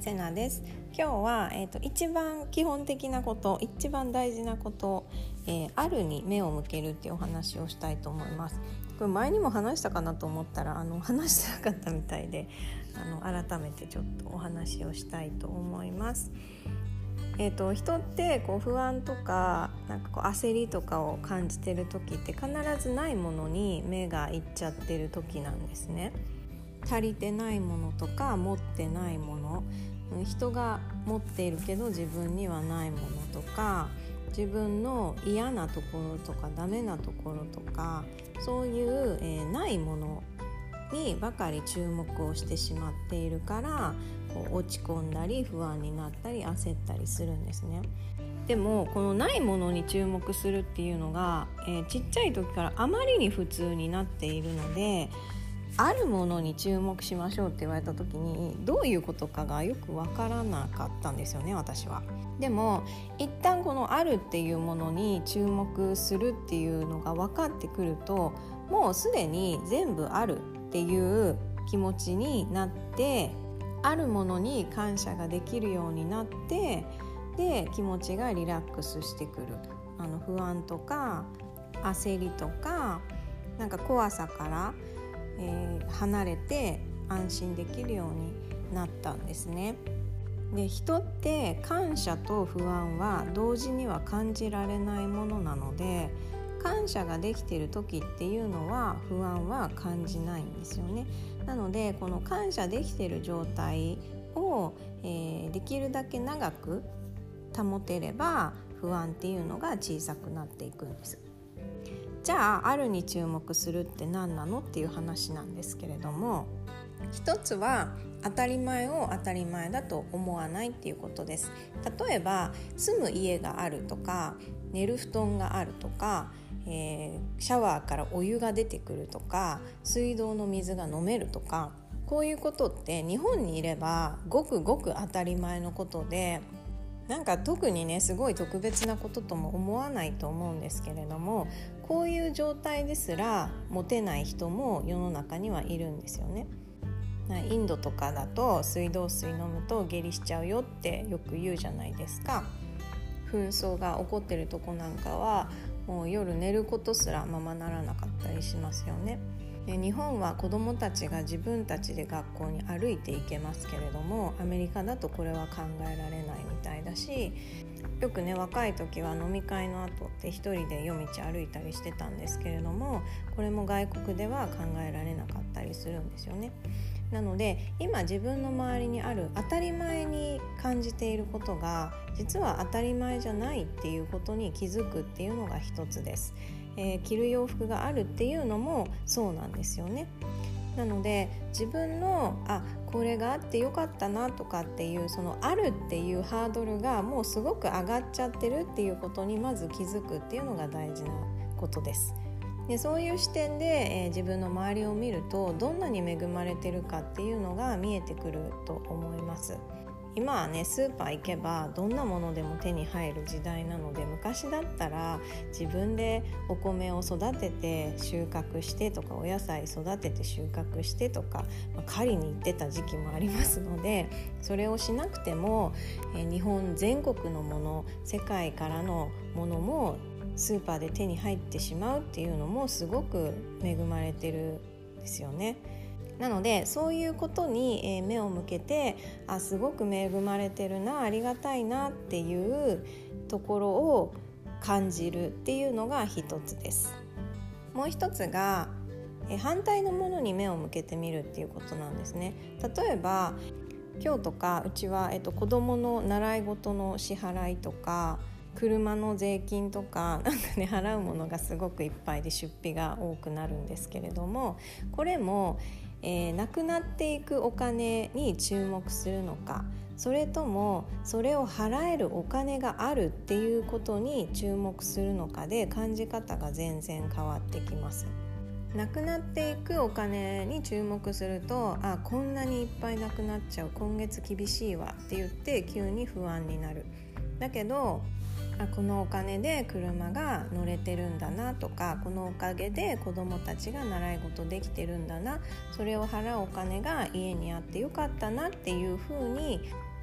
セナです。今日は、一番基本的なこと、一番大事なこと、あるに目を向けるっていうお話をしたいと思います。これ前にも話したかなと思ったら話してなかったみたいで改めてちょっとお話をしたいと思います。人って不安とか焦りとかを感じてる時って必ずないものに目がいっちゃってる時なんですね。足りてないものとか持ってないもの、人が持っているけど自分にはないものとか、自分の嫌なところとかダメなところとか、そういう、ないものにばかり注目をしてしまっているから落ち込んだり不安になったり焦ったりするんですね。でもこのないものに注目するっていうのが、ちっちゃい時からあまりに普通になっているので、あるものに注目しましょうって言われた時にどういうことかがよくわからなかったんですよね、私は。でも一旦このあるっていうものに注目するっていうのが分かってくると、もうすでに全部あるっていう気持ちになって、あるものに感謝ができるようになって、で気持ちがリラックスしてくる。不安とか焦りとか怖さから離れて安心できるようになったんですね。で、人って感謝と不安は同時には感じられないものなので、感謝ができている時っていうのは不安は感じないんですよね。なのでこの感謝できている状態を、できるだけ長く保てれば不安っていうのが小さくなっていくんです。じゃああるに注目するって何なのっていう話なんですけれども、一つは当たり前を当たり前だと思わないっていうことです。例えば住む家があるとか、寝る布団があるとか、シャワーからお湯が出てくるとか、水道の水が飲めるとか、こういうことって日本にいればごくごく当たり前のことで、特にねすごい特別なこととも思わないと思うんですけれども、こういう状態ですら持てない人も世の中にはいるんですよね。インドとかだと水道水飲むと下痢しちゃうよってよく言うじゃないですか。紛争が起こってるとこなんかはもう夜寝ることすらままならなかったりしますよね。日本は子どもたちが自分たちで学校に歩いて行けますけれども、アメリカだとこれは考えられないみたいだし、よくね若い時は飲み会の後って一人で夜道歩いたりしてたんですけれども、これも外国では考えられなかったりするんですよね。なので今自分の周りにある当たり前に感じていることが実は当たり前じゃないっていうことに気づくっていうのが一つです。着る洋服があるっていうのもそうなんですよね。なので自分のこれがあってよかったなとかっていうそのあるっていうハードルがもうすごく上がっちゃってるっていうことにまず気づくっていうのが大事なことです。でそういう視点で、自分の周りを見るとどんなに恵まれてるかっていうのが見えてくると思います。今はねスーパー行けばどんなものでも手に入る時代なので、昔だったら自分でお米を育てて収穫してとか、お野菜育てて収穫してとか、狩りに行ってた時期もありますので、それをしなくても、日本全国のもの、世界からのものもスーパーで手に入ってしまうっていうのもすごく恵まれてるんですよね。なのでそういうことに目を向けて、すごく恵まれてるな、ありがたいなっていうところを感じるっていうのが一つです。もう一つが反対のものに目を向けてみるっていうことなんですね。例えば今日とかうちは、子どもの習い事の支払いとか車の税金とか払うものがすごくいっぱいで出費が多くなるんですけれども、これもなくなっていくお金に注目するのか、それともそれを払えるお金があるっていうことに注目するのかで感じ方が全然変わってきます。なくなっていくお金に注目すると、こんなにいっぱいなくなっちゃう、今月厳しいわって言って急に不安になる。だけどこのお金で車が乗れてるんだなとか、このおかげで子どもたちが習い事できてるんだな、それを払うお金が家にあってよかったなっていうふうに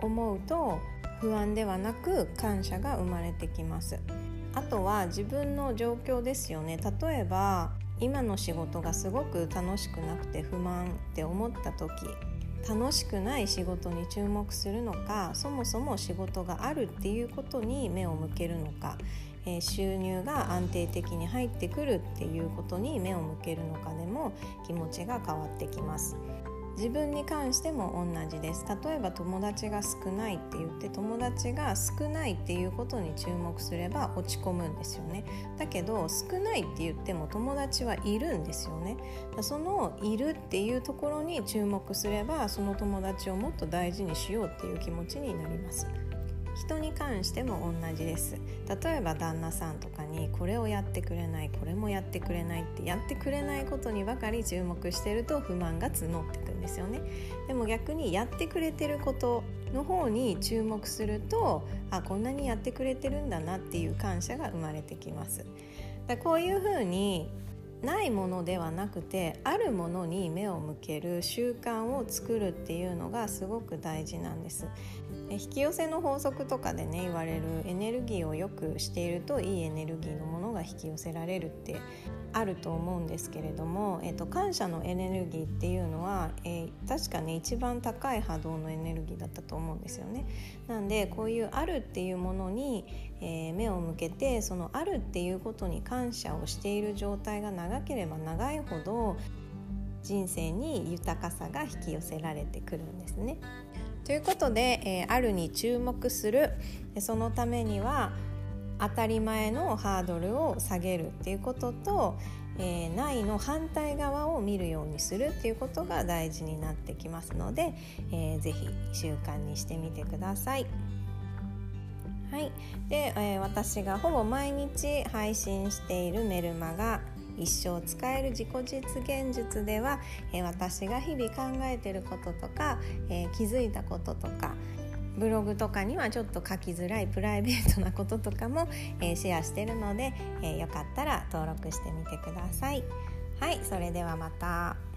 思うと不安ではなく感謝が生まれてきます。あとは自分の状況ですよね。例えば今の仕事がすごく楽しくなくて不満って思った時、楽しくない仕事に注目するのか、そもそも仕事があるっていうことに目を向けるのか、収入が安定的に入ってくるっていうことに目を向けるのかでも気持ちが変わってきます。自分に関しても同じです。例えば友達が少ないって言って、友達が少ないっていうことに注目すれば落ち込むんですよね。だけど少ないって言っても友達はいるんですよね。そのいるっていうところに注目すれば、その友達をもっと大事にしようっていう気持ちになります。人に関しても同じです。例えば旦那さんとかにこれをやってくれない、これもやってくれないって、やってくれないことにばかり注目してると不満が募ってくんですよね。でも逆にやってくれてることの方に注目すると、こんなにやってくれてるんだなっていう感謝が生まれてきます。こういうふうにないものではなくてあるものに目を向ける習慣を作るっていうのがすごく大事なんです。引き寄せの法則とかでね言われる、エネルギーをよくしているといいエネルギーのものが引き寄せられるってあると思うんですけれども、感謝のエネルギーっていうのは、確かね一番高い波動のエネルギーだったと思うんですよね。なんでこういうあるっていうものに、目を向けて、そのあるっていうことに感謝をしている状態が長ければ長いほど人生に豊かさが引き寄せられてくるんですね。ということで、あるに注目する、そのためには当たり前のハードルを下げるっていうことと、ないの反対側を見るようにするっていうことが大事になってきますので、ぜひ習慣にしてみてください。はい。で、私がほぼ毎日配信しているメルマガ、一生使える自己実現術では、私が日々考えていることとか、気づいたこととか、ブログとかにはちょっと書きづらいプライベートなこととかも、シェアしているので、よかったら登録してみてください。はい、それではまた。